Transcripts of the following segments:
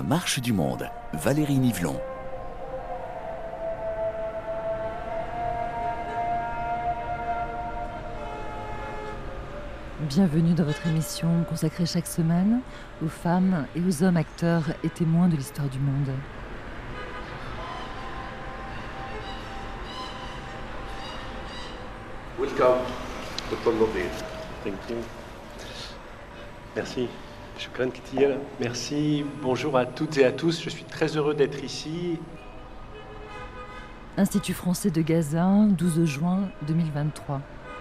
La marche du monde, Valérie Nivelon. Bienvenue dans votre émission consacrée chaque semaine aux femmes et aux hommes acteurs et témoins de l'histoire du monde. Welcome, Dr. Nobel. Thank you. Merci. Shukran Kathir. Merci. Bonjour à toutes et à tous. Je suis très heureux d'être ici. Institut français de Gaza, 12 juin 2023.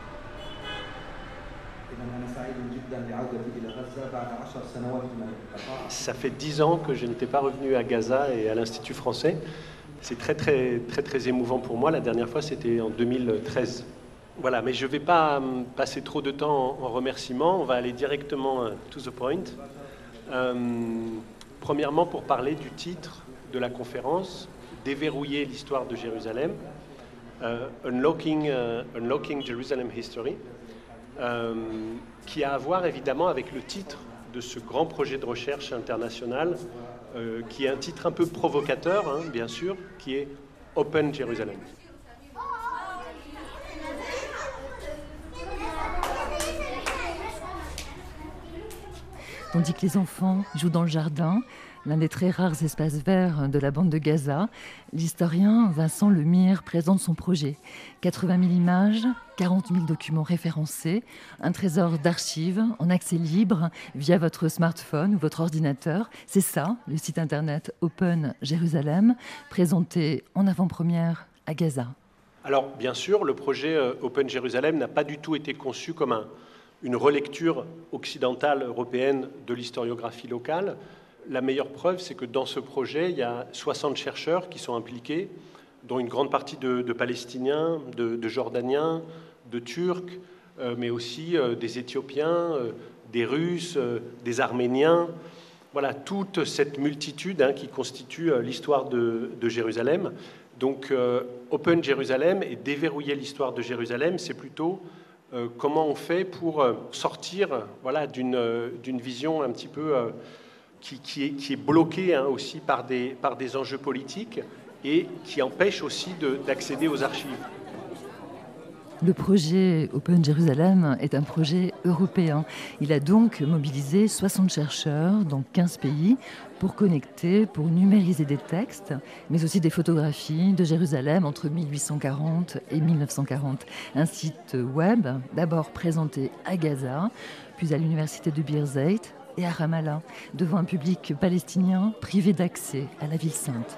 Ça fait 10 ans que je n'étais pas revenu à Gaza et à l'Institut français. C'est très émouvant pour moi. La dernière fois, c'était en 2013. Voilà, mais je ne vais pas passer trop de temps en remerciements. On va aller directement to the point. Premièrement, pour parler du titre de la conférence, Déverrouiller l'histoire de Jérusalem, Unlocking Jerusalem History, qui a à voir évidemment avec le titre de ce grand projet de recherche international, qui est un titre un peu provocateur, hein, bien sûr, qui est Open Jerusalem. Tandis que les enfants jouent dans le jardin, l'un des très rares espaces verts de la bande de Gaza, l'historien Vincent Lemire présente son projet. 80 000 images, 40 000 documents référencés, un trésor d'archives en accès libre via votre smartphone ou votre ordinateur. C'est ça, le site internet Open Jérusalem, présenté en avant-première à Gaza. Alors, bien sûr, le projet Open Jérusalem n'a pas du tout été conçu comme une relecture occidentale européenne de l'historiographie locale. La meilleure preuve, c'est que dans ce projet, il y a 60 chercheurs qui sont impliqués, dont une grande partie de Palestiniens, de Jordaniens, de Turcs, mais aussi des Éthiopiens, des Russes, des Arméniens. Voilà, toute cette multitude qui constitue l'histoire de Jérusalem. Donc, Open Jérusalem et déverrouiller l'histoire de Jérusalem, c'est plutôt comment on fait pour sortir d'une vision un petit peu qui est bloquée aussi par des enjeux politiques et qui empêche aussi d'accéder aux archives. Le projet Open Jérusalem est un projet européen. Il a donc mobilisé 60 chercheurs dans 15 pays pour connecter, pour numériser des textes, mais aussi des photographies de Jérusalem entre 1840 et 1940. Un site web d'abord présenté à Gaza, puis à l'université de Birzeit et à Ramallah, devant un public palestinien privé d'accès à la ville sainte.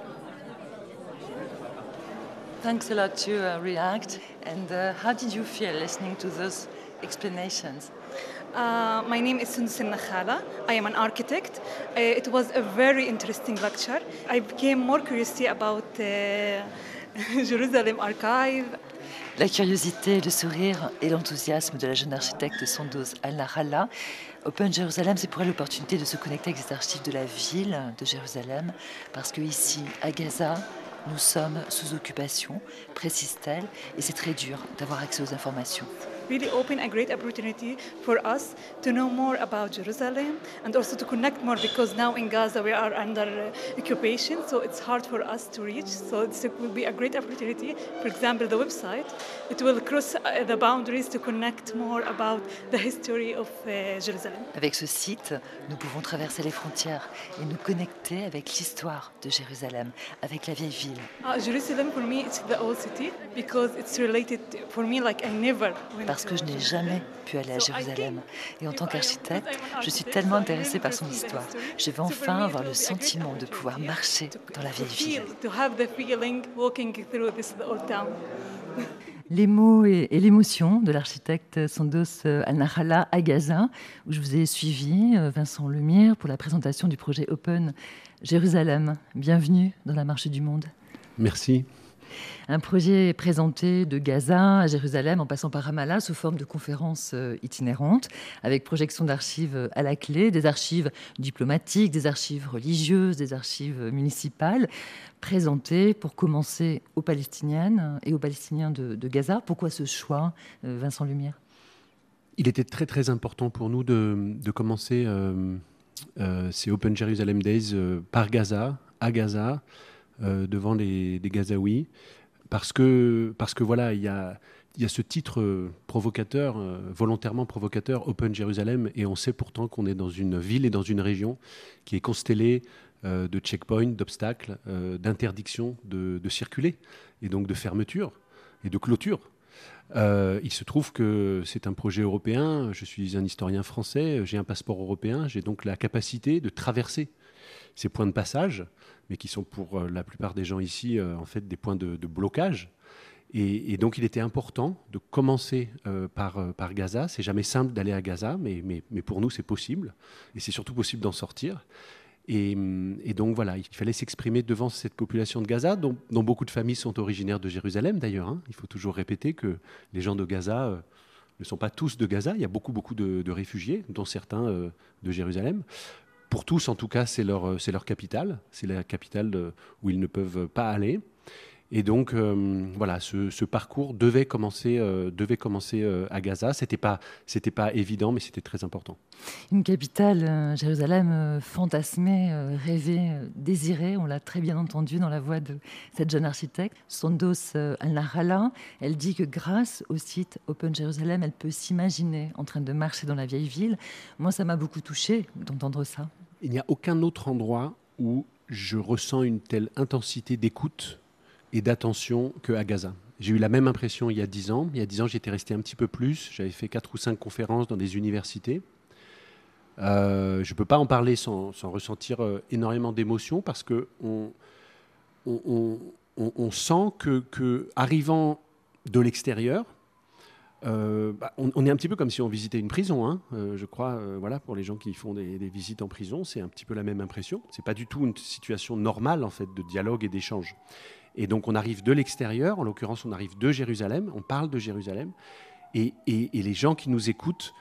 Thanks a lot to react. And how did you feel listening to those explanations? My name is Sundusin Nakhala. I am an architect. It was a very interesting lecture. I became more curious about Jerusalem Archive. La curiosité, le sourire et l'enthousiasme de la jeune architecte Sundusin Nakhala. Open Jérusalem, c'est pour elle l'opportunité de se connecter avec les archives de la ville de Jérusalem, parce qu'ici, à Gaza, nous sommes sous occupation, précise-t-elle, et c'est très dur d'avoir accès aux informations. Really open a great opportunity for us to know more about Jerusalem and also to connect more, because now in Gaza we are under occupation, so it's hard for us to reach. So it will be a great opportunity. For example, the website, it will cross the boundaries to connect more about the history of Jerusalem. Avec ce site, nous pouvons traverser les frontières et nous connecter avec l'histoire de Jérusalem, avec la vieille ville. Jerusalem for me it's the old city because it's related for me like I never went. Parce que je n'ai jamais pu aller à Jérusalem. Et en tant qu'architecte, je suis tellement intéressée par son histoire. Je vais enfin avoir le sentiment de pouvoir marcher dans la vieille ville. Les mots et l'émotion de l'architecte Sundusin Nakhala à Gaza, où je vous ai suivi, Vincent Lemire, pour la présentation du projet Open Jérusalem. Bienvenue dans la marche du monde. Merci. Un projet présenté de Gaza à Jérusalem en passant par Ramallah sous forme de conférences itinérantes avec projection d'archives à la clé, des archives diplomatiques, des archives religieuses, des archives municipales présentées pour commencer aux Palestiniennes et aux Palestiniens de Gaza. Pourquoi ce choix, Vincent Lemire ? Il était très très important pour nous de commencer c'est Open Jerusalem Days par Gaza, à Gaza, devant les Gazaouis, parce que voilà, il y a ce titre provocateur, volontairement provocateur, Open Jerusalem, et on sait pourtant qu'on est dans une ville et dans une région qui est constellée de checkpoints, d'obstacles, d'interdictions de circuler, et donc de fermeture et de clôture. Il se trouve que c'est un projet européen, je suis un historien français, j'ai un passeport européen, j'ai donc la capacité de traverser ces points de passage, mais qui sont pour la plupart des gens ici en fait des points de blocage. Et donc il était important de commencer par Gaza. C'est jamais simple d'aller à Gaza, mais pour nous c'est possible, et c'est surtout possible d'en sortir. Et donc voilà, il fallait s'exprimer devant cette population de Gaza, dont beaucoup de familles sont originaires de Jérusalem d'ailleurs. Hein. Il faut toujours répéter que les gens de Gaza ne sont pas tous de Gaza. Il y a beaucoup de réfugiés, dont certains de Jérusalem. Pour tous, en tout cas, c'est leur capitale. C'est la capitale où ils ne peuvent pas aller. Et donc, voilà, ce parcours devait commencer à Gaza. C'était pas évident, mais c'était très important. Une capitale, Jérusalem, fantasmée, rêvée, désirée. On l'a très bien entendu dans la voix de cette jeune architecte, Sondos Al-Nahala. Elle dit que grâce au site Open Jérusalem, elle peut s'imaginer en train de marcher dans la vieille ville. Moi, ça m'a beaucoup touchée d'entendre ça. Il n'y a aucun autre endroit où je ressens une telle intensité d'écoute et d'attention qu'à Gaza. J'ai eu la même impression il y a 10 ans. Il y a 10 ans, j'étais resté un petit peu plus. J'avais fait 4 ou 5 conférences dans des universités. Je ne peux pas en parler sans ressentir énormément d'émotion, parce qu'on sent que arrivant de l'extérieur, on est un petit peu comme si on visitait une prison, hein. Je crois, voilà, pour les gens qui font des visites en prison, c'est un petit peu la même impression. C'est pas du tout une situation normale en fait de dialogue et d'échange. Et donc on arrive de l'extérieur, en l'occurrence on arrive de Jérusalem, on parle de Jérusalem, et les gens qui nous écoutent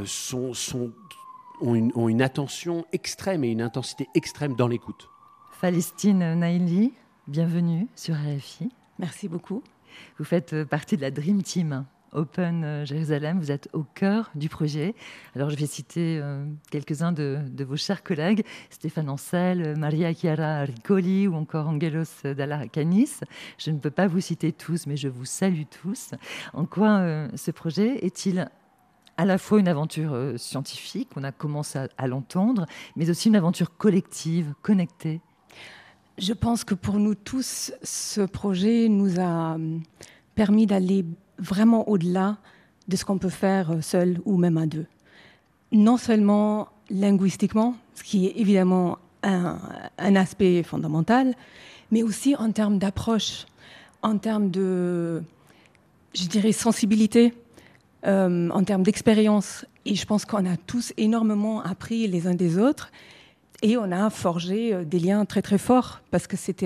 ont une attention extrême et une intensité extrême dans l'écoute. Falestine Naili, bienvenue sur RFI. Merci beaucoup. Vous faites partie de la Dream Team Open Jérusalem, vous êtes au cœur du projet. Alors je vais citer quelques-uns de vos chers collègues, Stéphane Ancel, Maria Chiara Riccoli ou encore Angelos Dallakanis. Je ne peux pas vous citer tous, mais je vous salue tous. En quoi ce projet est-il à la fois une aventure scientifique, on a commencé à l'entendre, mais aussi une aventure collective, connectée? Je pense que pour nous tous, ce projet nous a permis d'aller vraiment au-delà de ce qu'on peut faire seul ou même à deux. Non seulement linguistiquement, ce qui est évidemment un aspect fondamental, mais aussi en termes d'approche, en termes de, je dirais, sensibilité, en termes d'expérience. Et je pense qu'on a tous énormément appris les uns des autres, et on a forgé des liens très très forts, parce que c'est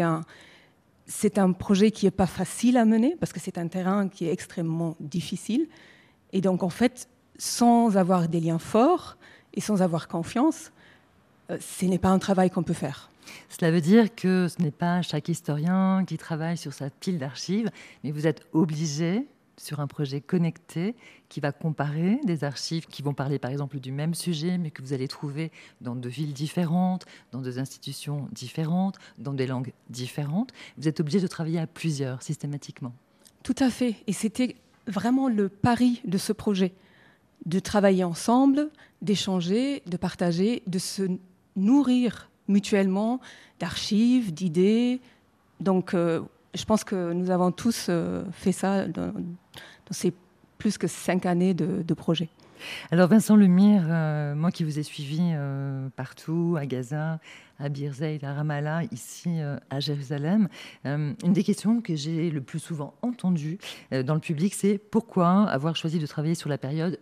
un projet qui n'est pas facile à mener, parce que c'est un terrain qui est extrêmement difficile. Et donc, en fait, sans avoir des liens forts et sans avoir confiance, ce n'est pas un travail qu'on peut faire. Cela veut dire que ce n'est pas chaque historien qui travaille sur sa pile d'archives, mais vous êtes obligé, sur un projet connecté, qui va comparer des archives qui vont parler par exemple du même sujet, mais que vous allez trouver dans 2 villes différentes, dans 2 institutions différentes, dans des langues différentes. Vous êtes obligé de travailler à plusieurs, systématiquement. Tout à fait. Et c'était vraiment le pari de ce projet, de travailler ensemble, d'échanger, de partager, de se nourrir mutuellement d'archives, d'idées. Donc, je pense que nous avons tous fait ça dans ces plus que 5 années de projet. Alors Vincent Lemire, moi qui vous ai suivi partout, à Gaza, à Birzeit, à Ramallah, ici à Jérusalem, une des questions que j'ai le plus souvent entendues dans le public, c'est pourquoi avoir choisi de travailler sur la période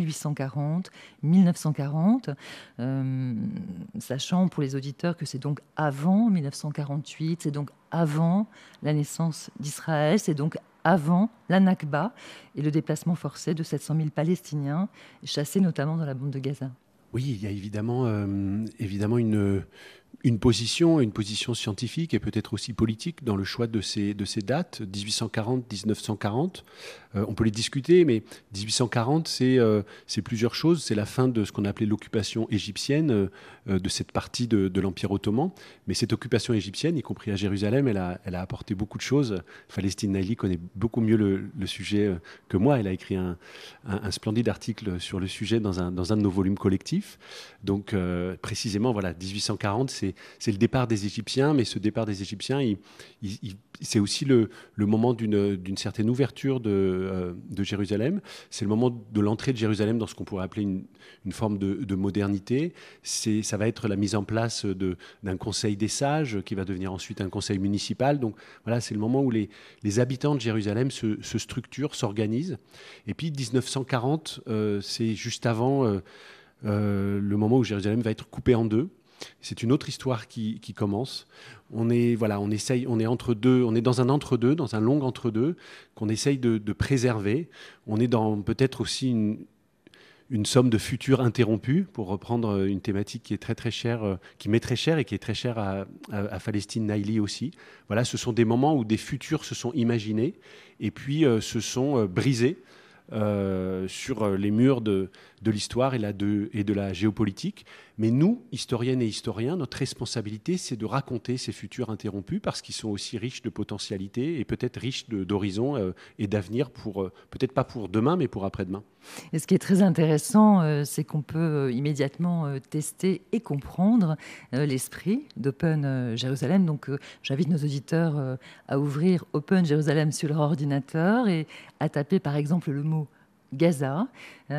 1840-1940, sachant pour les auditeurs que c'est donc avant 1948, c'est donc avant la naissance d'Israël, c'est donc avant la Nakba et le déplacement forcé de 700 000 Palestiniens, chassés notamment dans la bande de Gaza. Oui, il y a évidemment une une position scientifique et peut-être aussi politique dans le choix de ces dates, 1840-1940. On peut les discuter, mais 1840, c'est plusieurs choses. C'est la fin de ce qu'on appelait l'occupation égyptienne de cette partie de l'Empire ottoman. Mais cette occupation égyptienne, y compris à Jérusalem, elle a apporté beaucoup de choses. Falestine Naily connaît beaucoup mieux le sujet que moi. Elle a écrit un splendide article sur le sujet dans un de nos volumes collectifs. Donc, précisément, voilà, 1840, c'est le départ des Égyptiens, mais ce départ des Égyptiens, c'est aussi le moment d'une certaine ouverture de Jérusalem. C'est le moment de l'entrée de Jérusalem dans ce qu'on pourrait appeler une forme de modernité. Ça va être la mise en place d'un conseil des sages qui va devenir ensuite un conseil municipal. Donc voilà, c'est le moment où les habitants de Jérusalem se structurent, s'organisent. Et puis 1940, c'est juste avant le moment où Jérusalem va être coupée en deux. C'est une autre histoire qui commence. On est entre deux, on est dans un entre-deux, dans un long entre-deux qu'on essaye de préserver. On est dans peut-être aussi une somme de futurs interrompus, pour reprendre une thématique qui est très très chère, qui m'est très chère et qui est très chère à Falestine Naily aussi. Voilà, ce sont des moments où des futurs se sont imaginés et puis se sont brisés sur les murs de l'histoire et de la géopolitique. Mais nous, historiennes et historiens, notre responsabilité, c'est de raconter ces futurs interrompus parce qu'ils sont aussi riches de potentialités et peut-être riches d'horizons et d'avenir, peut-être pas pour demain, mais pour après-demain. Et ce qui est très intéressant, c'est qu'on peut immédiatement tester et comprendre l'esprit d'Open Jérusalem. Donc, j'invite nos auditeurs à ouvrir Open Jérusalem sur leur ordinateur et à taper, par exemple, le mot Gaza.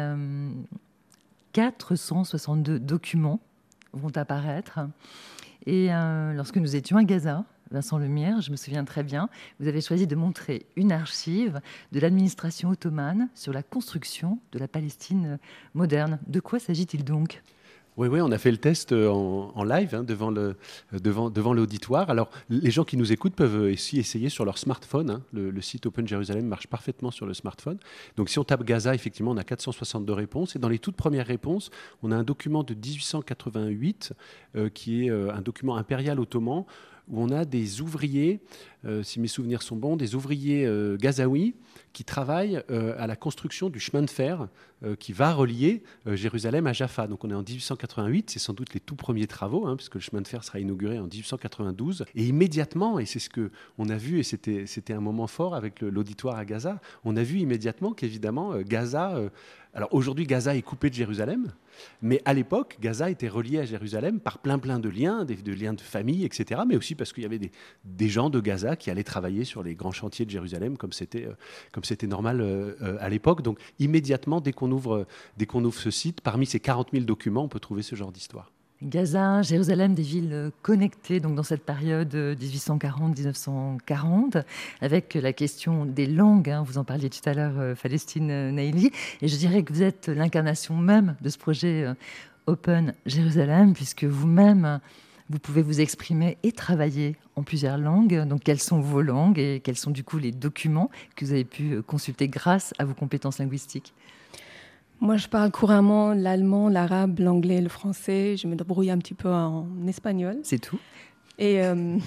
462 documents vont apparaître. Et lorsque nous étions à Gaza, Vincent Lemierre, je me souviens très bien, vous avez choisi de montrer une archive de l'administration ottomane sur la construction de la Palestine moderne. De quoi s'agit-il donc ? Oui, on a fait le test en live devant l'auditoire. Alors, les gens qui nous écoutent peuvent aussi essayer sur leur smartphone. Le site Open Jérusalem marche parfaitement sur le smartphone. Donc, si on tape Gaza, effectivement, on a 462 réponses. Et dans les toutes premières réponses, on a un document de 1888 qui est un document impérial ottoman où on a des ouvriers, si mes souvenirs sont bons, des ouvriers gazaouis qui travaillent à la construction du chemin de fer qui va relier Jérusalem à Jaffa. Donc on est en 1888, c'est sans doute les tout premiers travaux, puisque le chemin de fer sera inauguré en 1892. Et immédiatement, et c'est ce qu'on a vu, et c'était un moment fort avec l'auditoire à Gaza, on a vu immédiatement qu'évidemment, Gaza... alors aujourd'hui, Gaza est coupé de Jérusalem, mais à l'époque, Gaza était relié à Jérusalem par plein de liens, de liens de famille, etc., mais aussi parce qu'il y avait des gens de Gaza qui allaient travailler sur les grands chantiers de Jérusalem, comme c'était normal à l'époque. Donc immédiatement, dès qu'on ouvre ce site, parmi ces 40 000 documents, on peut trouver ce genre d'histoire. Gaza, Jérusalem, des villes connectées donc dans cette période 1840-1940, avec la question des langues. Vous en parliez tout à l'heure, Falestine Naily. Et je dirais que vous êtes l'incarnation même de ce projet Open Jérusalem, puisque vous-même, vous pouvez vous exprimer et travailler en plusieurs langues. Donc, quelles sont vos langues et quels sont du coup les documents que vous avez pu consulter grâce à vos compétences linguistiques ? Moi, je parle couramment l'allemand, l'arabe, l'anglais, le français. Je me débrouille un petit peu en espagnol. C'est tout. Et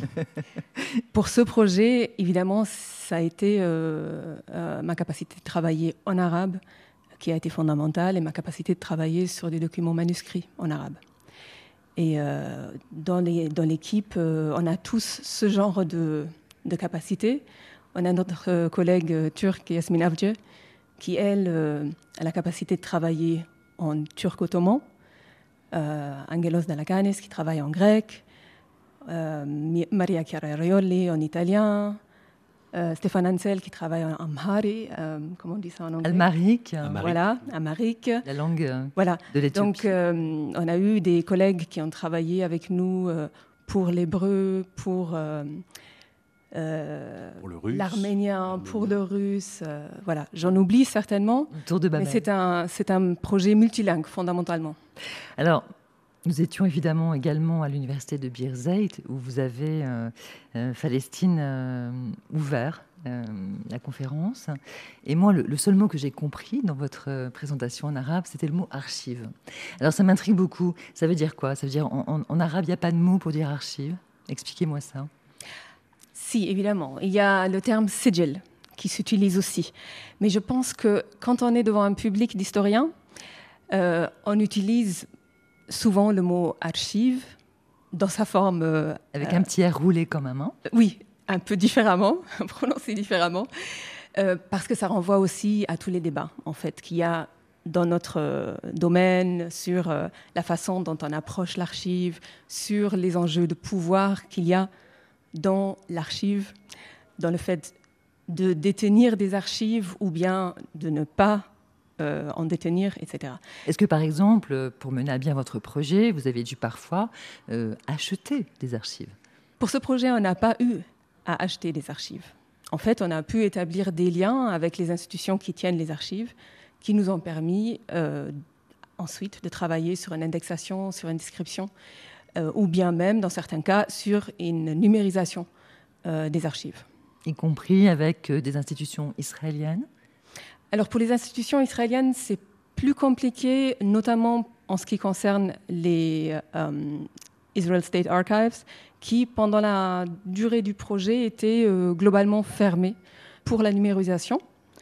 pour ce projet, évidemment, ça a été ma capacité de travailler en arabe qui a été fondamentale et ma capacité de travailler sur des documents manuscrits en arabe. Et dans l'équipe, on a tous ce genre de capacité. On a notre collègue turc, Yasmin Avcı, qui, elle, a la capacité de travailler en turc ottoman, Angelos Dalakanis, qui travaille en grec, Maria Chiara Rioli en italien, Stéphane Ansel, qui travaille en amhari, comment on dit ça en anglais ? Almaric. Voilà, amharique. La langue voilà. De l'Éthiopie. Donc, on a eu des collègues qui ont travaillé avec nous pour l'hébreu, pour le russe, l'arménien, pour le russe. Voilà, j'en oublie certainement. Tour de Babel. Mais c'est un projet multilingue, fondamentalement. Alors, nous étions évidemment également à l'université de Birzeit, où vous avez, Falestine, ouvert la conférence. Et moi, le seul mot que j'ai compris dans votre présentation en arabe, c'était le mot archive. Alors ça m'intrigue beaucoup. Ça veut dire quoi? Ça veut dire en arabe, il n'y a pas de mot pour dire archive. Expliquez-moi ça. Si, évidemment. Il y a le terme sijil qui s'utilise aussi. Mais je pense que quand on est devant un public d'historiens, on utilise souvent le mot archive dans sa forme... Avec un petit R roulé quand même, hein? Oui, un peu différemment, prononcé différemment, parce que ça renvoie aussi à tous les débats, en fait, qu'il y a dans notre domaine sur la façon dont on approche l'archive, sur les enjeux de pouvoir qu'il y a dans l'archive, dans le fait de détenir des archives ou bien de ne pas en détenir, etc. Est-ce que, par exemple, pour mener à bien votre projet, vous avez dû parfois acheter des archives? Pour ce projet, on n'a pas eu à acheter des archives. En fait, on a pu établir des liens avec les institutions qui tiennent les archives, qui nous ont permis ensuite de travailler sur une indexation, sur une description, ou bien même, dans certains cas, sur une numérisation des archives. Y compris avec des institutions israéliennes? Alors pour les institutions israéliennes, c'est plus compliqué, notamment en ce qui concerne les Israel State Archives, qui pendant la durée du projet étaient globalement fermés pour la numérisation,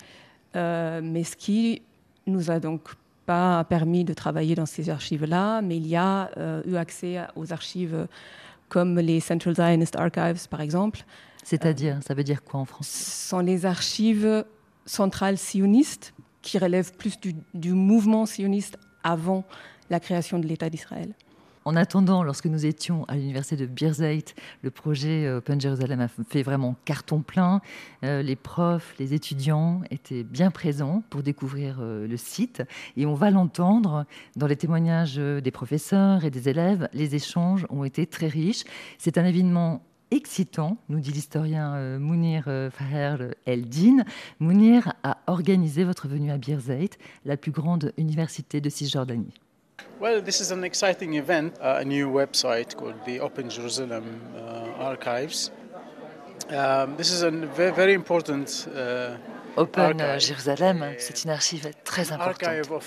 mais ce qui nous a donc pas permis de travailler dans ces archives-là, mais il y a eu accès aux archives comme les Central Zionist Archives, par exemple. C'est-à-dire, ça veut dire quoi en français? Ce sont les archives centrales sionistes qui relèvent plus du mouvement sioniste avant la création de l'État d'Israël. En attendant, lorsque nous étions à l'université de Birzeit, le projet Open Jérusalem a fait vraiment carton plein. Les profs, les étudiants étaient bien présents pour découvrir le site. Et on va l'entendre dans les témoignages des professeurs et des élèves. Les échanges ont été très riches. C'est un événement excitant, nous dit l'historien Mounir Faher Eldin. Mounir a organisé votre venue à Birzeit, la plus grande université de Cisjordanie. Well, this is an exciting event, a new website called the Open Jerusalem Archives. This is a very important Open Jérusalem, c'est une archive très importante.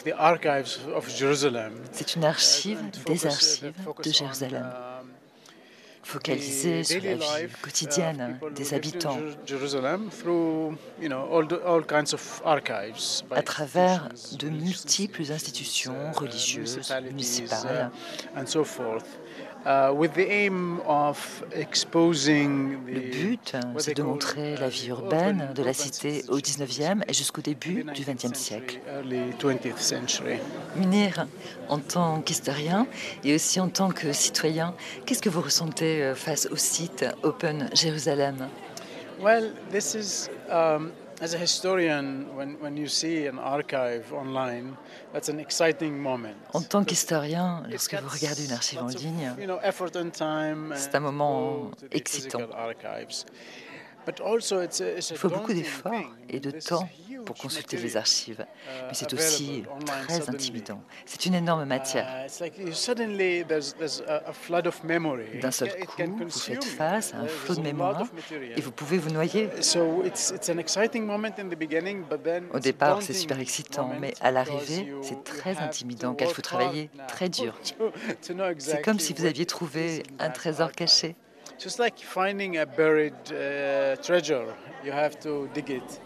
C'est une archive des archives de Jérusalem, focalisée sur la vie quotidienne des habitants, à travers de multiples institutions religieuses, municipales. Le but, c'est de montrer la vie urbaine de la cité au XIXe et jusqu'au début du XXe siècle. Mounir, en tant qu'historien et aussi en tant que citoyen, qu'est-ce que vous ressentez face au site Open Jérusalem? Well, this is as a historian, when you see an archive online, that's an exciting moment. En tant qu'historien, lorsque vous regardez une archive en ligne, c'est un moment excitant. Il faut beaucoup d'efforts et de temps pour consulter les archives, mais c'est aussi très intimidant. C'est une énorme matière. D'un seul coup, vous faites face à un flot de mémoire et vous pouvez vous noyer. Au départ, c'est super excitant, mais à l'arrivée, c'est très intimidant car il faut travailler très dur. C'est comme si vous aviez trouvé un trésor caché. Just like finding a buried treasure, you have to dig it.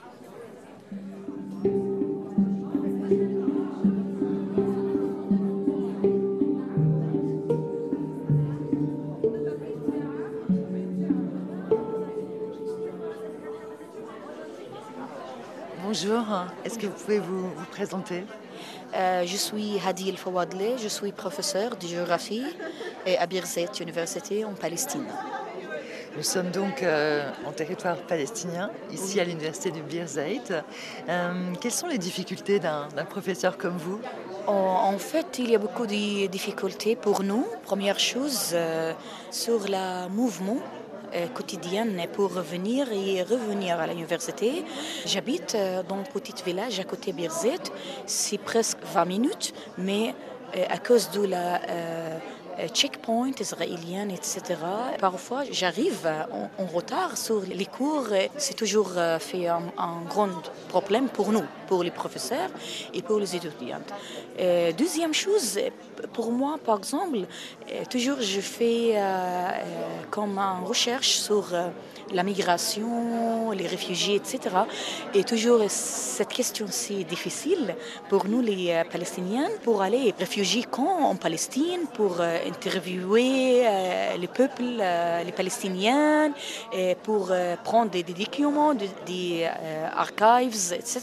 Bonjour, est-ce que vous pouvez vous présenter? Je suis Hadi El Fawadli, je suis professeur de géographie à Birzeit University en Palestine. Nous sommes donc en territoire palestinien, ici à l'université de Birzeit. Quelles sont les difficultés d'un professeur comme vous? En fait, il y a beaucoup de difficultés pour nous. Première chose, sur le mouvement quotidien pour venir et revenir à l'université. J'habite dans un petit village à côté de Birzeit. C'est presque 20 minutes, mais à cause de la checkpoints israéliens, etc. Parfois, j'arrive en retard sur les cours. C'est toujours fait un grand problème pour nous, pour les professeurs et pour les étudiants. Deuxième chose, pour moi, par exemple, toujours je fais comme une recherche sur la migration, les réfugiés, etc. Et toujours, cette question, c'est difficile pour nous, les Palestiniens, pour aller réfugier en Palestine, pour interviewer le peuple, les Palestiniens, et pour prendre des documents, des archives, etc.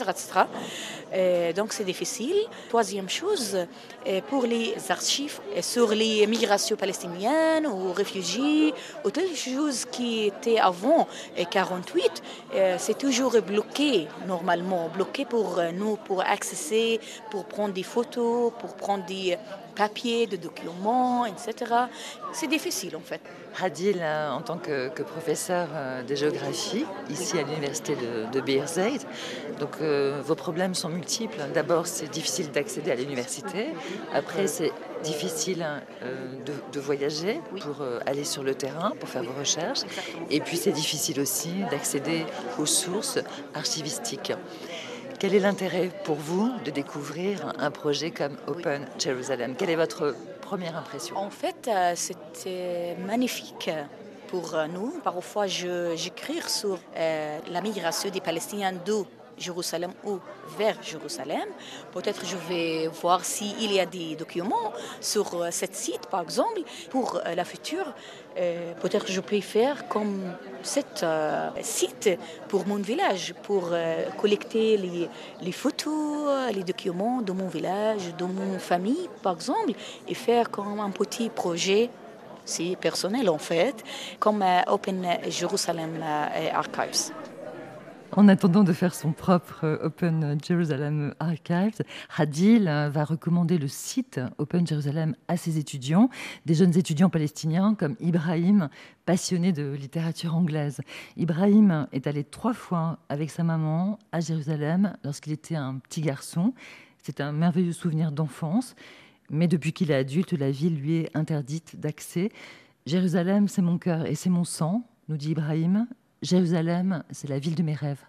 Donc, c'est difficile. Troisième chose, pour les archives sur les migrations palestiniennes ou réfugiés, ou telle chose qui était avant 1948, c'est toujours bloqué, normalement, bloqué pour nous, pour accéder, pour prendre des photos, pour prendre des papiers, des documents, etc. C'est difficile, en fait. Hadil, en tant que professeur de géographie, ici à l'université de Birzeit, donc vos problèmes sont multiples. D'abord, c'est difficile d'accéder à l'université. Après, c'est difficile de voyager pour aller sur le terrain, pour faire vos recherches. Et puis, c'est difficile aussi d'accéder aux sources archivistiques. Quel est l'intérêt pour vous de découvrir un projet comme Open Jerusalem? Quelle est votre première impression? En fait, c'était magnifique pour nous. Parfois, j'écris sur la migration des Palestiniens de Jérusalem ou vers Jérusalem. Peut-être je vais voir s'il y a des documents sur ce site, par exemple, pour la future. Peut-être je peux faire comme cet site pour mon village, pour collecter les photos, les documents de mon village, de mon famille, par exemple, et faire comme un petit projet. C'est personnel en fait, comme Open Jerusalem Archives. En attendant de faire son propre Open Jerusalem Archives, Hadil va recommander le site Open Jerusalem à ses étudiants, des jeunes étudiants palestiniens comme Ibrahim, passionné de littérature anglaise. Ibrahim est allé 3 fois avec sa maman à Jérusalem lorsqu'il était un petit garçon. C'est un merveilleux souvenir d'enfance, mais depuis qu'il est adulte, la ville lui est interdite d'accès. Jérusalem, c'est mon cœur et c'est mon sang, nous dit Ibrahim. Jérusalem, c'est la ville de mes rêves.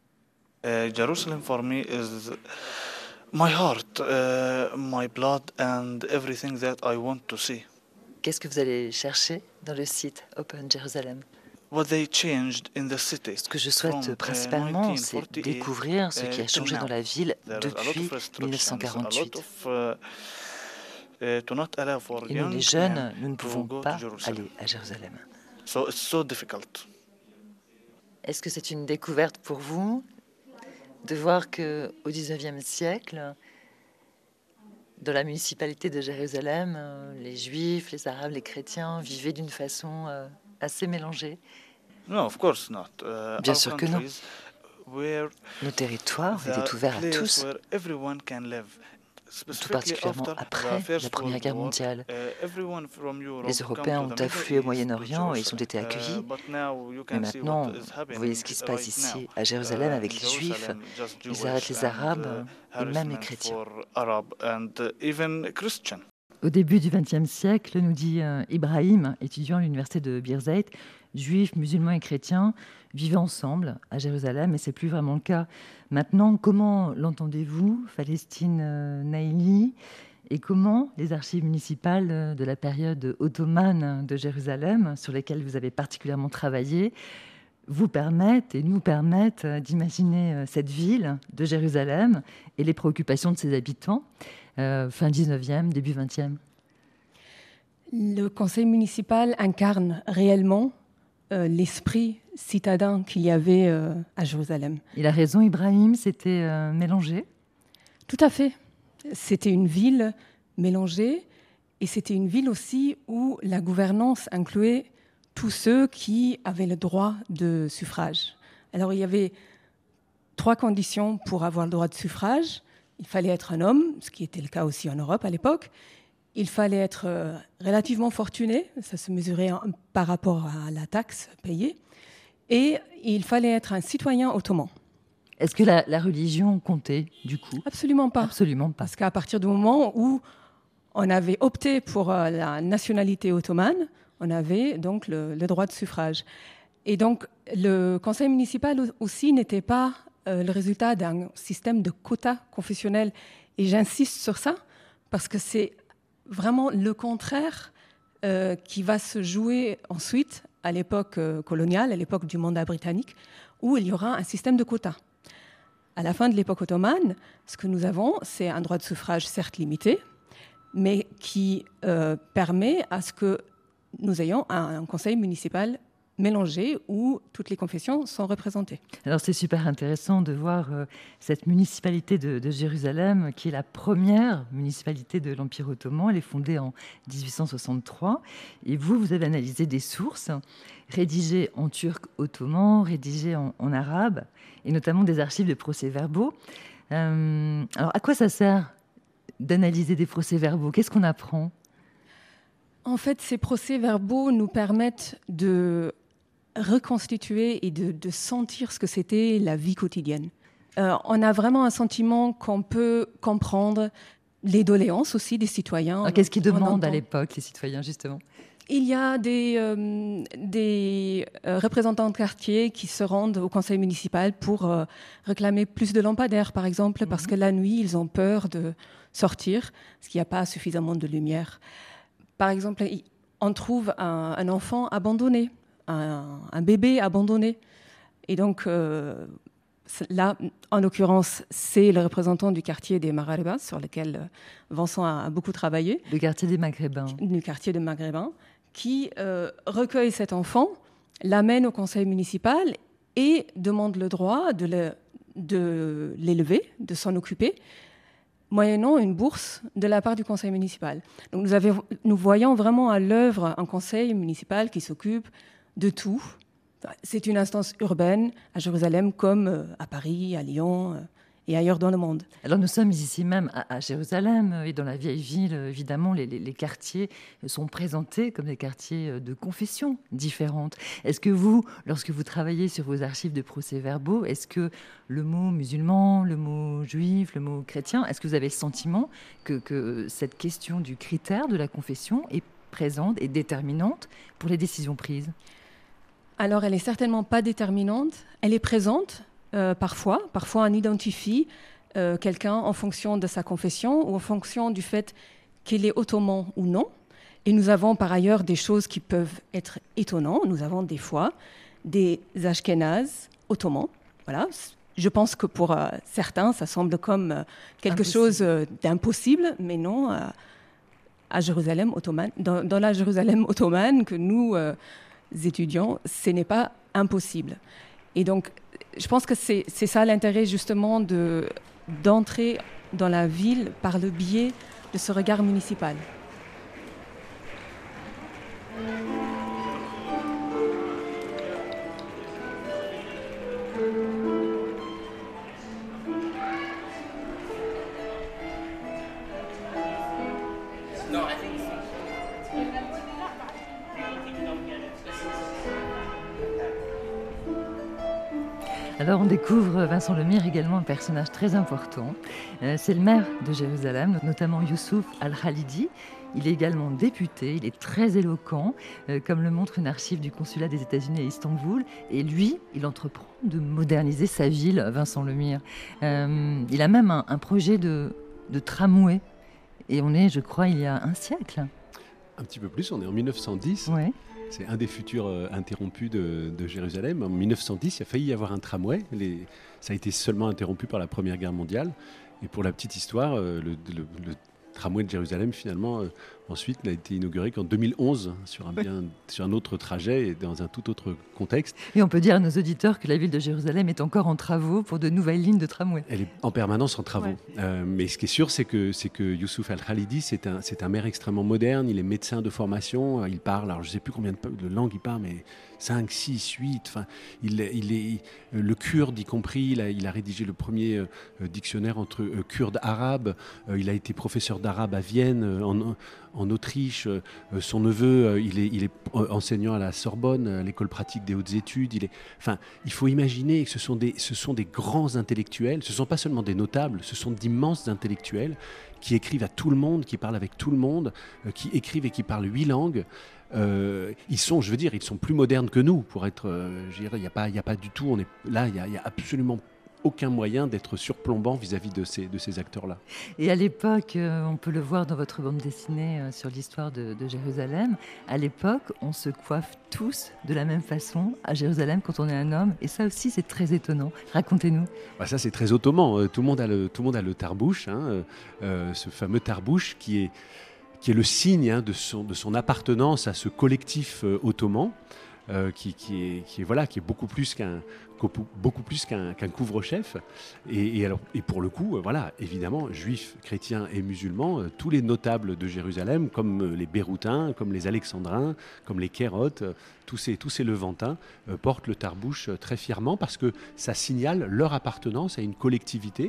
Jerusalem for me is my heart, my blood and everything that I want to see. Qu'est-ce que vous allez chercher dans le site Open Jerusalem? What they changed in the city. Ce que je souhaite principalement, c'est découvrir ce qui a changé dans la ville depuis 1948. Et nous, les jeunes, nous ne pouvons pas aller à Jérusalem. So it's so difficult. Est-ce que c'est une découverte pour vous de voir qu'au XIXe siècle, dans la municipalité de Jérusalem, les Juifs, les Arabes, les chrétiens vivaient d'une façon assez mélangée? No, of course not. Bien sûr que non. Nos territoires étaient ouverts à tous, tout particulièrement après la Première Guerre mondiale. Les Européens ont afflué au Moyen-Orient et ils ont été accueillis. Mais maintenant, vous voyez ce qui se passe ici à Jérusalem avec les Juifs. Ils arrêtent les Arabes et même les chrétiens. Au début du XXe siècle, nous dit Ibrahim, étudiant à l'université de Birzeit, Juifs, musulmans et chrétiens vivaient ensemble à Jérusalem, et c'est plus vraiment le cas. Maintenant, comment l'entendez-vous, Falestine Naili, et comment les archives municipales de la période ottomane de Jérusalem, sur lesquelles vous avez particulièrement travaillé, vous permettent et nous permettent d'imaginer cette ville de Jérusalem et les préoccupations de ses habitants, fin 19e, début 20e? Le conseil municipal incarne réellement l'esprit citadin qu'il y avait à Jérusalem. Il a raison, Ibrahim, c'était mélangé? Tout à fait. C'était une ville mélangée et c'était une ville aussi où la gouvernance incluait tous ceux qui avaient le droit de suffrage. Alors il y avait 3 conditions pour avoir le droit de suffrage. Il fallait être un homme, ce qui était le cas aussi en Europe à l'époque. Il fallait être relativement fortuné, ça se mesurait par rapport à la taxe payée. Et il fallait être un citoyen ottoman. Est-ce que la religion comptait, du coup? Absolument pas. Absolument pas. Parce qu'à partir du moment où on avait opté pour la nationalité ottomane, on avait donc le droit de suffrage. Et donc, le conseil municipal aussi n'était pas le résultat d'un système de quotas confessionnels. Et j'insiste sur ça, parce que c'est vraiment le contraire qui va se jouer ensuite à l'époque coloniale, à l'époque du mandat britannique, où il y aura un système de quotas. À la fin de l'époque ottomane, ce que nous avons, c'est un droit de suffrage certes limité, mais qui permet à ce que nous ayons un conseil municipal mélangé où toutes les confessions sont représentées. Alors c'est super intéressant de voir cette municipalité de Jérusalem, qui est la première municipalité de l'Empire ottoman. Elle est fondée en 1863. Et vous avez analysé des sources rédigées en turc ottoman, rédigées en arabe, et notamment des archives de procès-verbaux. Alors à quoi ça sert d'analyser des procès-verbaux? Qu'est-ce qu'on apprend? En fait, ces procès-verbaux nous permettent de reconstituer et de sentir ce que c'était la vie quotidienne. On a vraiment un sentiment qu'on peut comprendre les doléances aussi des citoyens. Alors, qu'est-ce qu'ils demandent à l'époque, les citoyens, justement? Il y a des représentants de quartier qui se rendent au conseil municipal pour réclamer plus de lampadaires, par exemple, parce que la nuit, ils ont peur de sortir, parce qu'il n'y a pas suffisamment de lumière. Par exemple, on trouve un enfant abandonné, un bébé abandonné. Et donc, là, en l'occurrence, c'est le représentant du quartier des Maghrébins, sur lequel Vincent a beaucoup travaillé. Le quartier des Maghrébins. Du quartier des Maghrébins, qui recueille cet enfant, l'amène au conseil municipal et demande le droit de l'élever, de s'en occuper, moyennant une bourse de la part du conseil municipal. Donc nous voyons vraiment à l'œuvre un conseil municipal qui s'occupe de tout. C'est une instance urbaine à Jérusalem comme à Paris, à Lyon et ailleurs dans le monde. Alors nous sommes ici même à Jérusalem et dans la vieille ville, évidemment, les quartiers sont présentés comme des quartiers de confessions différentes. Est-ce que vous, lorsque vous travaillez sur vos archives de procès-verbaux, est-ce que le mot musulman, le mot juif, le mot chrétien, est-ce que vous avez le sentiment que cette question du critère de la confession est présente et déterminante pour les décisions prises? Alors, elle n'est certainement pas déterminante. Elle est présente parfois. Parfois, on identifie quelqu'un en fonction de sa confession ou en fonction du fait qu'il est ottoman ou non. Et nous avons par ailleurs des choses qui peuvent être étonnantes. Nous avons des fois des Ashkénazes ottomans. Voilà. Je pense que pour certains, ça semble comme quelque chose d'impossible, mais non. À Jérusalem ottomane, dans la Jérusalem ottomane que nous étudiants, ce n'est pas impossible. Et donc, je pense que c'est ça l'intérêt justement d'entrer dans la ville par le biais de ce regard municipal. Alors on découvre Vincent Lemire également un personnage très important. C'est le maire de Jérusalem, notamment Youssouf Al-Khalidi. Il est également député, il est très éloquent, comme le montre une archive du consulat des États-Unis à Istanbul. Et lui, il entreprend de moderniser sa ville, Vincent Lemire. Il a même un projet de tramway. Et on est, je crois, il y a un siècle. Un petit peu plus, on est en 1910. Ouais. C'est un des futurs interrompus de Jérusalem. En 1910, il a failli y avoir un tramway. Ça a été seulement interrompu par la Première Guerre mondiale. Et pour la petite histoire, le tramway de Jérusalem, finalement, ensuite, n'a été inauguré qu'en 2011, sur un autre trajet et dans un tout autre contexte. Et on peut dire à nos auditeurs que la ville de Jérusalem est encore en travaux pour de nouvelles lignes de tramway. Elle est en permanence en travaux. Ouais. Mais ce qui est sûr, c'est que Youssouf Al-Khalidi, c'est un maire extrêmement moderne. Il est médecin de formation. Il parle, alors je ne sais plus combien de langues il parle, mais 5, 6, 8. Enfin, il est le kurde, y compris. Il a rédigé le premier dictionnaire entre kurdes arabes. Il a été professeur d'arabe à Vienne en Autriche. Son neveu, il est enseignant à la Sorbonne, à l'école pratique des hautes études. Il faut imaginer que ce sont des grands intellectuels. Ce ne sont pas seulement des notables, ce sont d'immenses intellectuels qui écrivent à tout le monde, qui parlent avec tout le monde, qui écrivent et qui parlent 8 langues. Ils sont plus modernes que nous. Pour être, il n'y a pas du tout. Il y a absolument aucun moyen d'être surplombant vis-à-vis de ces acteurs-là. Et à l'époque, on peut le voir dans votre bande dessinée sur l'histoire de Jérusalem, à l'époque, on se coiffe tous de la même façon à Jérusalem quand on est un homme. Et ça aussi, c'est très étonnant. Racontez-nous. Ça, c'est très ottoman. Tout le monde a le tarbouche, ce fameux tarbouche qui est le signe de son appartenance à ce collectif ottoman, qui est beaucoup plus qu'un couvre-chef. Et pour le coup, évidemment, juifs, chrétiens et musulmans, tous les notables de Jérusalem, comme les Béroutins, comme les Alexandrins, comme les Kérotes, tous ces Levantins, portent le tarbouche très fièrement parce que ça signale leur appartenance à une collectivité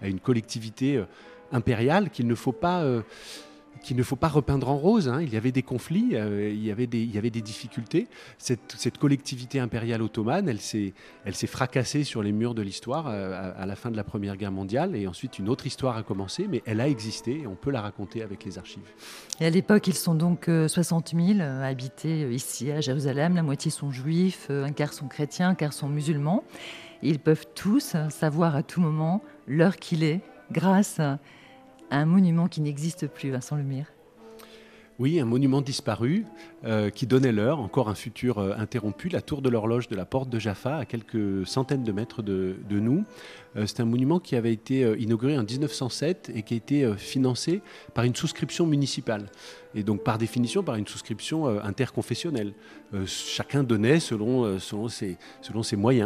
impériale qu'il ne faut pas repeindre en rose. Il y avait des conflits, il y avait des difficultés. Cette collectivité impériale ottomane, elle s'est fracassée sur les murs de l'histoire à la fin de la Première Guerre mondiale, et ensuite une autre histoire a commencé, mais elle a existé et on peut la raconter avec les archives. Et à l'époque, ils sont donc 60 000 habités ici à Jérusalem. La moitié sont juifs, un quart sont chrétiens, un quart sont musulmans. Et ils peuvent tous savoir à tout moment l'heure qu'il est grâce à un monument qui n'existe plus, Vincent Lemire. Oui, un monument disparu qui donnait l'heure, encore un futur interrompu, la tour de l'horloge de la porte de Jaffa, à quelques centaines de mètres de nous. C'est un monument qui avait été inauguré en 1907 et qui a été financé par une souscription municipale. Et donc, par définition, par une souscription interconfessionnelle. Chacun donnait selon ses moyens.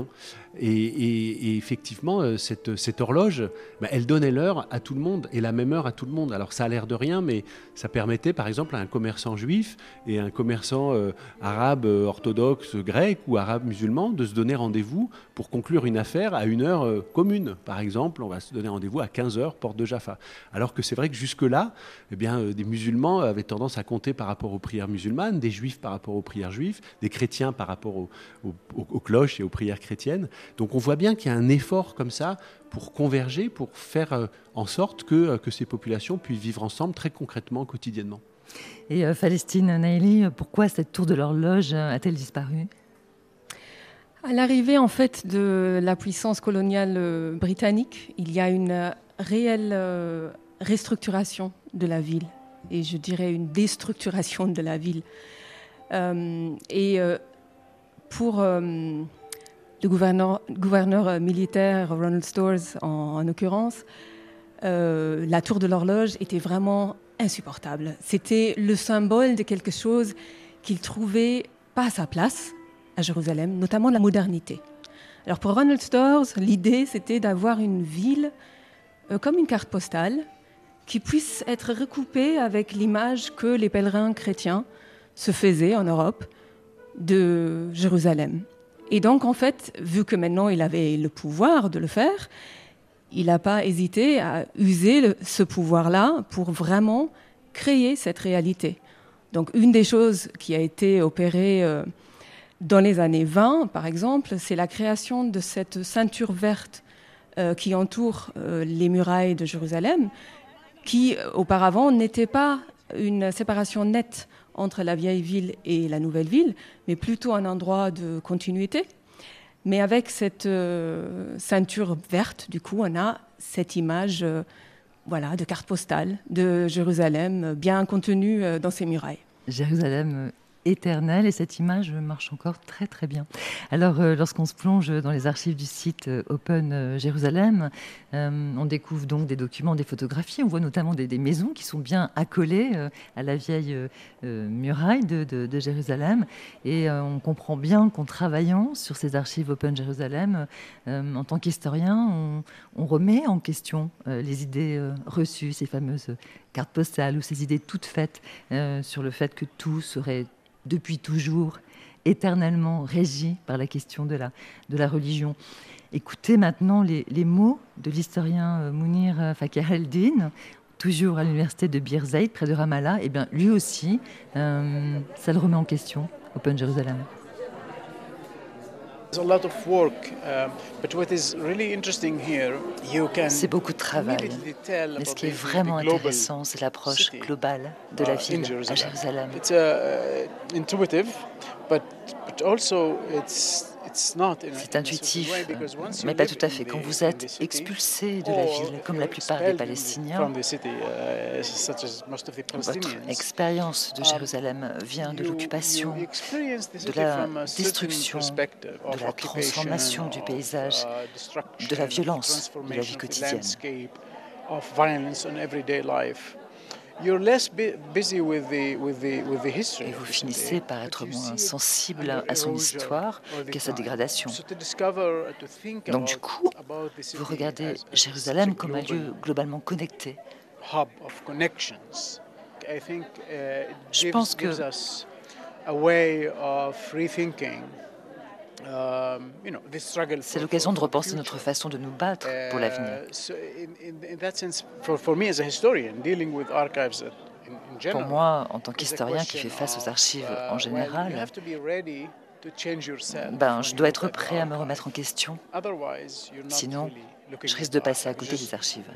Et effectivement, cette horloge, elle donnait l'heure à tout le monde, et la même heure à tout le monde. Alors, ça a l'air de rien, mais ça permettait, par exemple, à un commerçant juif et un commerçant arabe orthodoxe grec ou arabe musulman de se donner rendez-vous pour conclure une affaire à une heure commune. Par exemple, on va se donner rendez-vous à 15h, porte de Jaffa. Alors que c'est vrai que jusque-là, des musulmans avaient tendance à compter par rapport aux prières musulmanes, des juifs par rapport aux prières juives, des chrétiens par rapport aux cloches et aux prières chrétiennes. Donc on voit bien qu'il y a un effort comme ça pour converger, pour faire en sorte que ces populations puissent vivre ensemble très concrètement, quotidiennement. Et Palestine Naili, pourquoi cette tour de l'horloge a-t-elle disparu ? À l'arrivée en fait de la puissance coloniale britannique, il y a une réelle restructuration de la ville, et je dirais une déstructuration de la ville. Pour le gouverneur militaire Ronald Storrs en l'occurrence, la tour de l'horloge était vraiment insupportable. C'était le symbole de quelque chose qu'il trouvait pas à sa place à Jérusalem, notamment la modernité. Alors pour Ronald Storrs, l'idée c'était d'avoir une ville comme une carte postale qui puisse être recoupée avec l'image que les pèlerins chrétiens se faisaient en Europe de Jérusalem. Et donc en fait, vu que maintenant il avait le pouvoir de le faire, il n'a pas hésité à user ce pouvoir-là pour vraiment créer cette réalité. Donc une des choses qui a été opérée dans les années 20, par exemple, c'est la création de cette ceinture verte qui entoure les murailles de Jérusalem, qui auparavant n'était pas une séparation nette entre la vieille ville et la nouvelle ville, mais plutôt un endroit de continuité. Mais avec cette ceinture verte, du coup, on a cette image de carte postale de Jérusalem bien contenue dans ses murailles. Jérusalem éternelle, et cette image marche encore très très bien. Alors lorsqu'on se plonge dans les archives du site Open Jérusalem, on découvre donc des documents, des photographies, on voit notamment des maisons qui sont bien accolées à la vieille muraille de Jérusalem, et on comprend bien qu'en travaillant sur ces archives Open Jérusalem, en tant qu'historien, on remet en question les idées reçues, ces fameuses cartes postales ou ces idées toutes faites sur le fait que tout serait depuis toujours, éternellement régi par la question de la religion. Écoutez maintenant les mots de l'historien Mounir Fakir Eldin. toujours à l'université de Birzeit, près de Ramallah, eh bien, lui aussi, ça le remet en question, Open Jérusalem. C'est beaucoup de travail. Mais ce qui est vraiment intéressant, c'est l'approche globale de la ville à Jérusalem. C'est intuitif, mais pas tout à fait. Quand vous êtes expulsé de la ville, comme la plupart des Palestiniens, votre expérience de Jérusalem vient de l'occupation, de la destruction, de la transformation du paysage, de la violence de la vie quotidienne. Et vous finissez par être moins sensible à son histoire qu'à sa dégradation. Donc du coup, vous regardez Jérusalem comme un lieu globalement connecté. Je pense que c'est l'occasion de repenser notre façon de nous battre pour l'avenir. Pour moi, en tant qu'historien qui fait face aux archives en général, je dois être prêt à me remettre en question. Sinon, je risque de passer à côté des archives.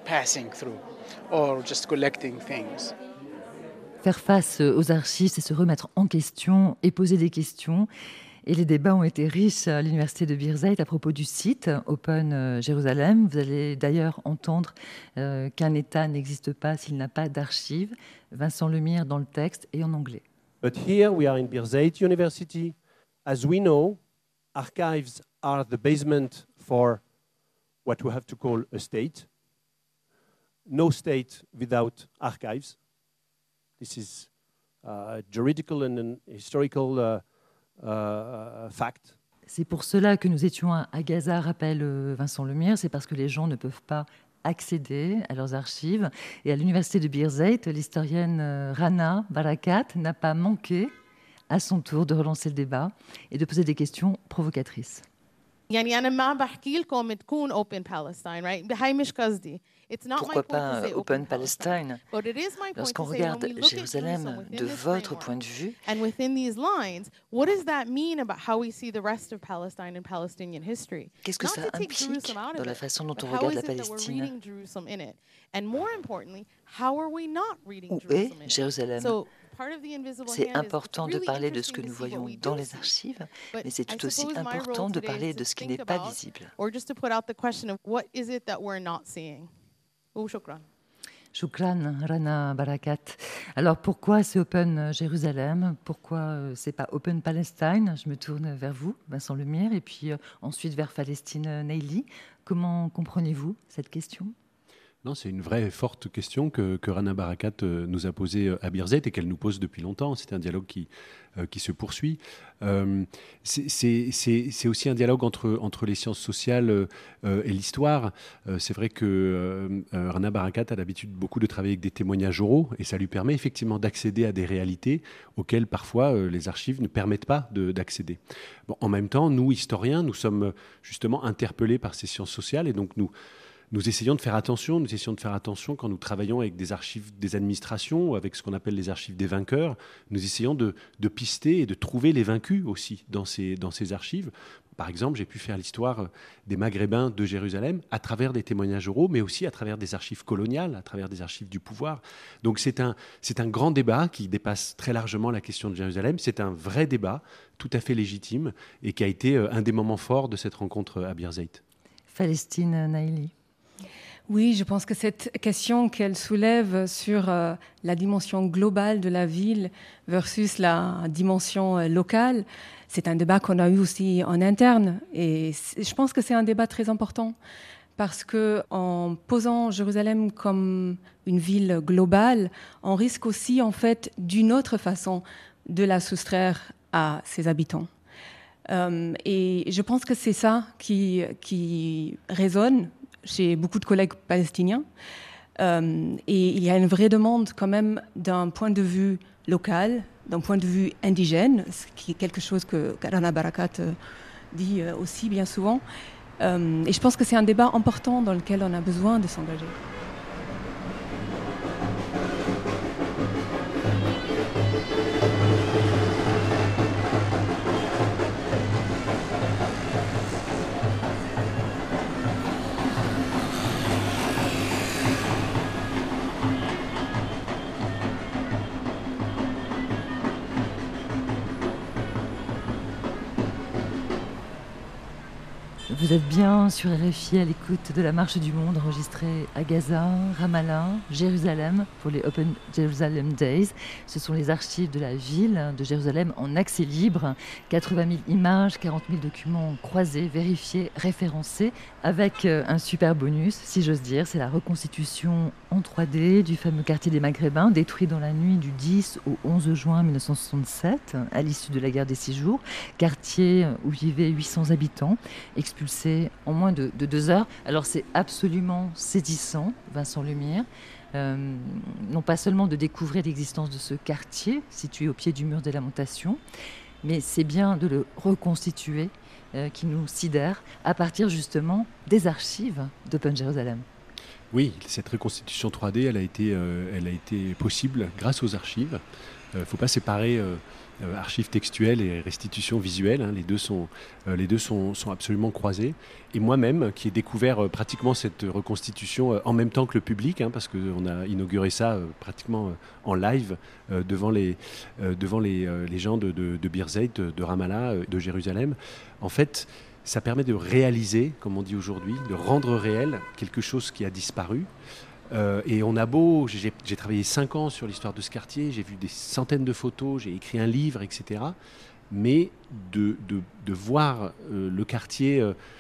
Faire face aux archives, c'est se remettre en question et poser des questions. Et les débats ont été riches à l'université de Birzeit à propos du site Open Jérusalem. Vous allez d'ailleurs entendre qu'un État n'existe pas s'il n'a pas d'archives. Vincent Lemire dans le texte et en anglais. But here we are in Birzeit University. As we know, archives are the basement for what we have to call a state. No state without archives. This is juridical and historical fact. C'est pour cela que nous étions à Gaza, rappelle Vincent Lemire, c'est parce que les gens ne peuvent pas accéder à leurs archives. Et à l'université de Birzeit, l'historienne Rana Barakat n'a pas manqué à son tour de relancer le débat et de poser des questions provocatrices. Pourquoi pas Open Palestine? Lorsqu'on regarde Jérusalem de votre point de vue, qu'est-ce que ça implique dans la façon dont on regarde la Palestine? Où est Jérusalem? C'est important de parler de ce que nous voyons dans les archives, mais c'est tout aussi important de parler de ce qui n'est pas visible. Shukran, Rana Barakat. Alors pourquoi c'est Open Jérusalem? Pourquoi c'est pas Open Palestine? Je me tourne vers vous, Vincent Lemire, et puis ensuite vers Falestine Neili. Comment comprenez-vous cette question? Non, c'est une vraie forte question que Rana Barakat nous a posée à Birzeit et qu'elle nous pose depuis longtemps. C'est un dialogue qui se poursuit. C'est aussi un dialogue entre les sciences sociales et l'histoire. C'est vrai que Rana Barakat a l'habitude beaucoup de travailler avec des témoignages oraux et ça lui permet effectivement d'accéder à des réalités auxquelles parfois les archives ne permettent pas d'accéder. Bon, en même temps, nous, historiens, nous sommes justement interpellés par ces sciences sociales et donc nous essayons de faire attention quand nous travaillons avec des archives des administrations, avec ce qu'on appelle les archives des vainqueurs. Nous essayons de pister et de trouver les vaincus aussi dans ces archives. Par exemple, j'ai pu faire l'histoire des Maghrébins de Jérusalem à travers des témoignages oraux, mais aussi à travers des archives coloniales, à travers des archives du pouvoir. Donc c'est un grand débat qui dépasse très largement la question de Jérusalem. C'est un vrai débat tout à fait légitime et qui a été un des moments forts de cette rencontre à Birzeit. Falestine Neili. Oui, je pense que cette question qu'elle soulève sur la dimension globale de la ville versus la dimension locale, c'est un débat qu'on a eu aussi en interne. Et je pense que c'est un débat très important parce qu'en posant Jérusalem comme une ville globale, on risque aussi, en fait, d'une autre façon de la soustraire à ses habitants. Et je pense que c'est ça qui résonne chez beaucoup de collègues palestiniens. Et il y a une vraie demande quand même d'un point de vue local, d'un point de vue indigène, ce qui est quelque chose que Rana Barakat dit aussi bien souvent. Et je pense que c'est un débat important dans lequel on a besoin de s'engager. Vous êtes bien sur RFI à l'écoute de la Marche du Monde enregistrée à Gaza, Ramallah, Jérusalem pour les Open Jerusalem Days. Ce sont les archives de la ville de Jérusalem en accès libre. 80 000 images, 40 000 documents croisés, vérifiés, référencés avec un super bonus, si j'ose dire. C'est la reconstitution en 3D du fameux quartier des Maghrébins, détruit dans la nuit du 10 au 11 juin 1967, à l'issue de la guerre des 6 jours. Quartier où vivaient 800 habitants, expulsés en moins de 2 heures. Alors c'est absolument saisissant, Vincent Lemire, non pas seulement de découvrir l'existence de ce quartier situé au pied du mur des Lamentations, mais c'est bien de le reconstituer qui nous sidère à partir justement des archives d'Open Jérusalem. Oui, cette reconstitution 3D, elle a été possible grâce aux archives. Il ne faut pas séparer archives textuelles et restitution visuelle. Hein. Les deux sont absolument croisés. Et moi-même, qui ai découvert pratiquement cette reconstitution en même temps que le public, hein, parce qu'on a inauguré ça pratiquement en live devant les gens de Birzeit, de Ramallah, de Jérusalem. En fait, ça permet de réaliser, comme on dit aujourd'hui, de rendre réel quelque chose qui a disparu. Et on a beau, j'ai travaillé 5 ans sur l'histoire de ce quartier, j'ai vu des centaines de photos, j'ai écrit un livre, etc. Mais de voir le quartier,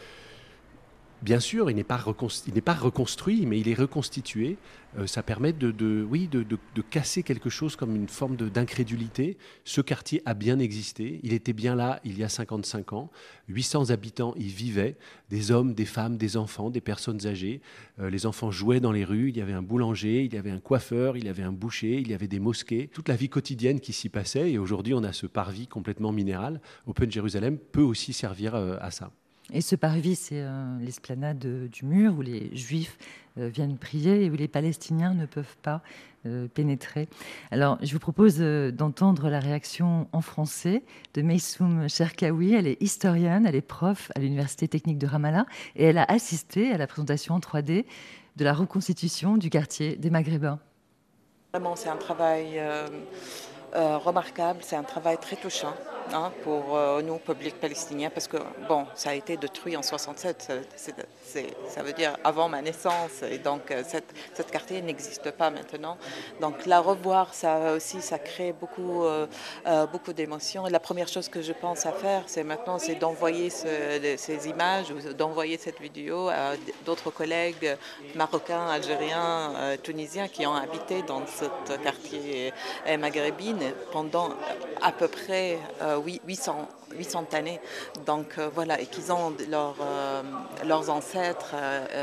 bien sûr, il n'est pas reconstruit, mais il est reconstitué. Ça permet de casser quelque chose comme une forme d'incrédulité. Ce quartier a bien existé. Il était bien là il y a 55 ans. 800 habitants y vivaient. Des hommes, des femmes, des enfants, des personnes âgées. Les enfants jouaient dans les rues. Il y avait un boulanger, il y avait un coiffeur, il y avait un boucher, il y avait des mosquées. Toute la vie quotidienne qui s'y passait. Et aujourd'hui, on a ce parvis complètement minéral. Open Jérusalem peut aussi servir à ça. Et ce parvis, c'est l'esplanade du mur où les Juifs viennent prier et où les Palestiniens ne peuvent pas pénétrer. Alors, je vous propose d'entendre la réaction en français de Maysoum Cherkaoui. Elle est historienne, elle est prof à l'Université technique de Ramallah et elle a assisté à la présentation en 3D de la reconstitution du quartier des Maghrébins. Vraiment, c'est un travail remarquable, c'est un travail très touchant. Hein, pour nous, public palestinien, parce que bon, ça a été détruit en 67, ça veut dire avant ma naissance, et donc cette quartier n'existe pas maintenant. Donc la revoir, ça aussi, ça crée beaucoup d'émotions. Et la première chose que je pense à faire, c'est d'envoyer ces images, ou d'envoyer cette vidéo à d'autres collègues marocains, algériens, tunisiens qui ont habité dans ce quartier maghrébin pendant à peu près 800 années, donc voilà, et qu'ils ont leurs ancêtres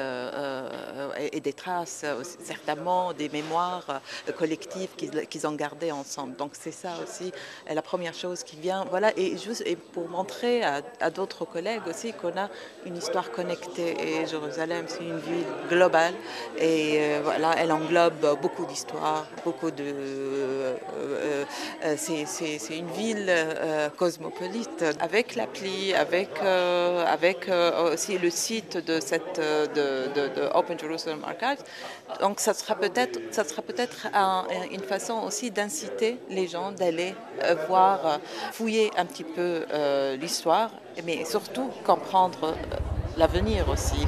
et des traces, certainement des mémoires collectives qu'ils ont gardées ensemble. Donc c'est ça aussi la première chose qui vient, voilà, et pour montrer à d'autres collègues aussi qu'on a une histoire connectée. Et Jérusalem, c'est une ville globale, et voilà, elle englobe beaucoup d'histoires, c'est une ville cosmopolite, avec l'appli, avec aussi le site de Open Jerusalem Archives. Donc ça sera peut-être une façon aussi d'inciter les gens d'aller voir, fouiller un petit peu l'histoire, mais surtout comprendre l'avenir aussi.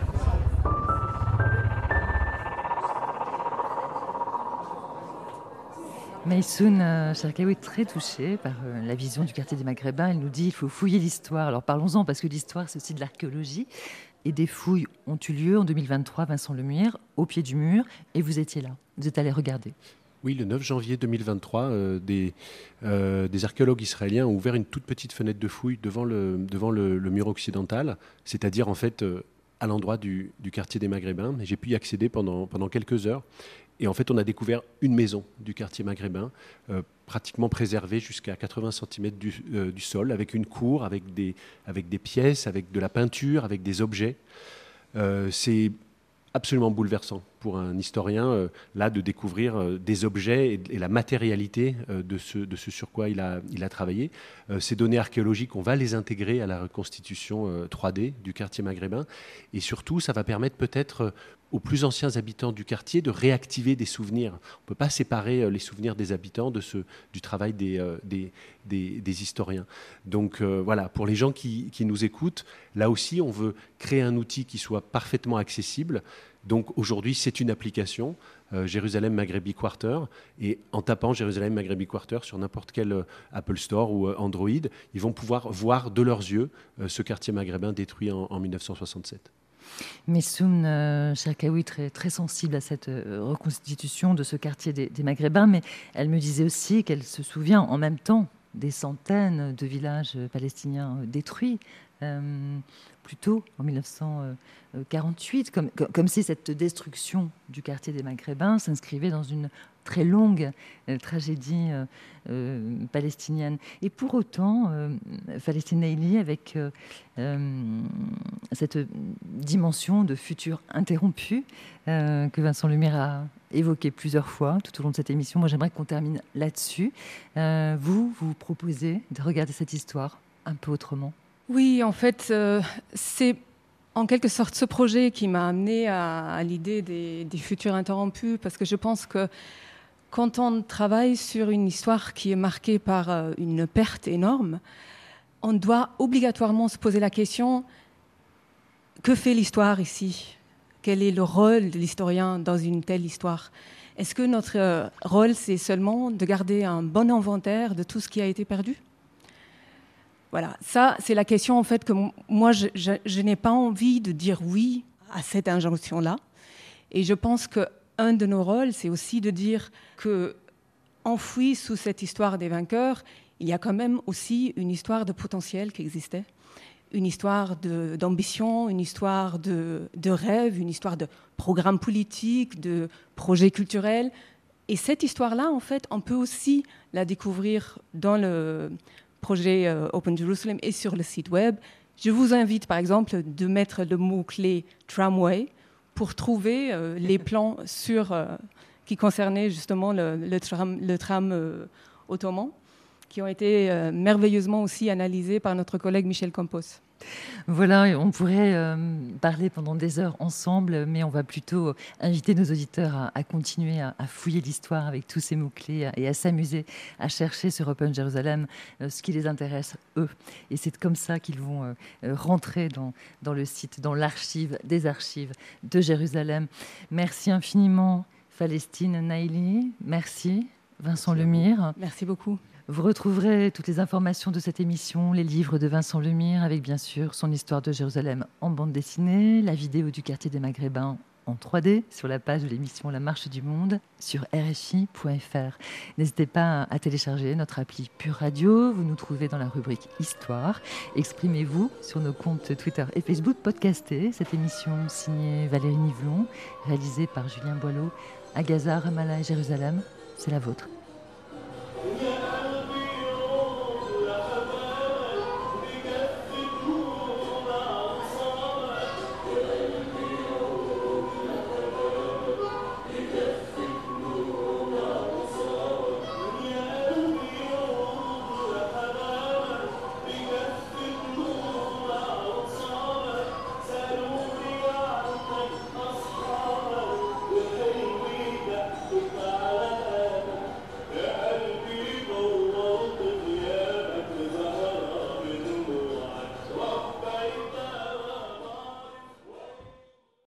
Maysoum Cherkaoui est très touchée par la vision du quartier des Maghrébins. Elle nous dit qu'il faut fouiller l'histoire. Alors parlons-en, parce que l'histoire, c'est aussi de l'archéologie. Et des fouilles ont eu lieu en 2023, Vincent Lemire, au pied du mur. Et vous étiez là, vous êtes allé regarder. Oui, le 9 janvier 2023, des archéologues israéliens ont ouvert une toute petite fenêtre de fouille devant le mur occidental, c'est-à-dire en fait à l'endroit du quartier des Maghrébins. Et j'ai pu y accéder pendant quelques heures. Et en fait, on a découvert une maison du quartier maghrébin, pratiquement préservée jusqu'à 80 cm du sol, avec une cour, avec des pièces, avec de la peinture, avec des objets. C'est absolument bouleversant pour un historien là de découvrir des objets et la matérialité de ce sur quoi il a travaillé. Ces données archéologiques, on va les intégrer à la reconstitution 3D du quartier maghrébin, et surtout ça va permettre peut-être aux plus anciens habitants du quartier de réactiver des souvenirs. On ne peut pas séparer les souvenirs des habitants du travail des historiens. Donc voilà, pour les gens qui nous écoutent, là aussi on veut créer un outil qui soit parfaitement accessible. Donc aujourd'hui c'est une application, Jérusalem Maghrebi Quarter, et en tapant Jérusalem Maghrebi Quarter sur n'importe quel Apple Store ou Android, ils vont pouvoir voir de leurs yeux ce quartier maghrébin détruit en 1967. Messoum Cherkaoui, très sensible à cette reconstitution de ce quartier des Maghrébins, mais elle me disait aussi qu'elle se souvient en même temps des centaines de villages palestiniens détruits, plus tôt, en 1948, comme si cette destruction du quartier des Maghrébins s'inscrivait dans une très longue tragédie palestinienne. Et pour autant, Falestine Naily, avec cette dimension de futur interrompu que Vincent Lemire a évoqué plusieurs fois tout au long de cette émission, moi j'aimerais qu'on termine là-dessus. Vous proposez de regarder cette histoire un peu autrement. Oui, en fait, c'est en quelque sorte ce projet qui m'a amené à l'idée des futurs interrompus, parce que je pense que quand on travaille sur une histoire qui est marquée par une perte énorme, on doit obligatoirement se poser la question, que fait l'histoire ici ? Quel est le rôle de l'historien dans une telle histoire ? Est-ce que notre rôle, c'est seulement de garder un bon inventaire de tout ce qui a été perdu ? Voilà, ça, c'est la question en fait que moi, je n'ai pas envie de dire oui à cette injonction-là. Et je pense qu'un de nos rôles, c'est aussi de dire qu'enfoui sous cette histoire des vainqueurs, il y a quand même aussi une histoire de potentiel qui existait, une histoire d'ambition, une histoire de rêve, une histoire de programme politique, de projet culturel. Et cette histoire-là, en fait, on peut aussi la découvrir dans le projet Open Jerusalem et sur le site web. Je vous invite, par exemple, de mettre le mot-clé tramway pour trouver les plans qui concernaient justement le tram ottoman, qui ont été merveilleusement aussi analysés par notre collègue Michel Campos. Voilà, on pourrait parler pendant des heures ensemble, mais on va plutôt inviter nos auditeurs à continuer à fouiller l'histoire avec tous ces mots-clés et à s'amuser à chercher sur Open Jerusalem ce qui les intéresse, eux. Et c'est comme ça qu'ils vont rentrer dans le site, dans l'archive des archives de Jérusalem. Merci infiniment, Falestine Naily. Merci, Vincent Lemire. Merci beaucoup. Vous retrouverez toutes les informations de cette émission, les livres de Vincent Lemire, avec bien sûr son histoire de Jérusalem en bande dessinée, la vidéo du quartier des Maghrébins en 3D sur la page de l'émission La Marche du Monde sur RFI.fr. N'hésitez pas à télécharger notre appli Pure Radio. Vous nous trouvez dans la rubrique Histoire. Exprimez-vous sur nos comptes Twitter et Facebook. Podcastez cette émission signée Valérie Nivelon, réalisée par Julien Boileau à Gaza, Ramallah et Jérusalem. C'est la vôtre.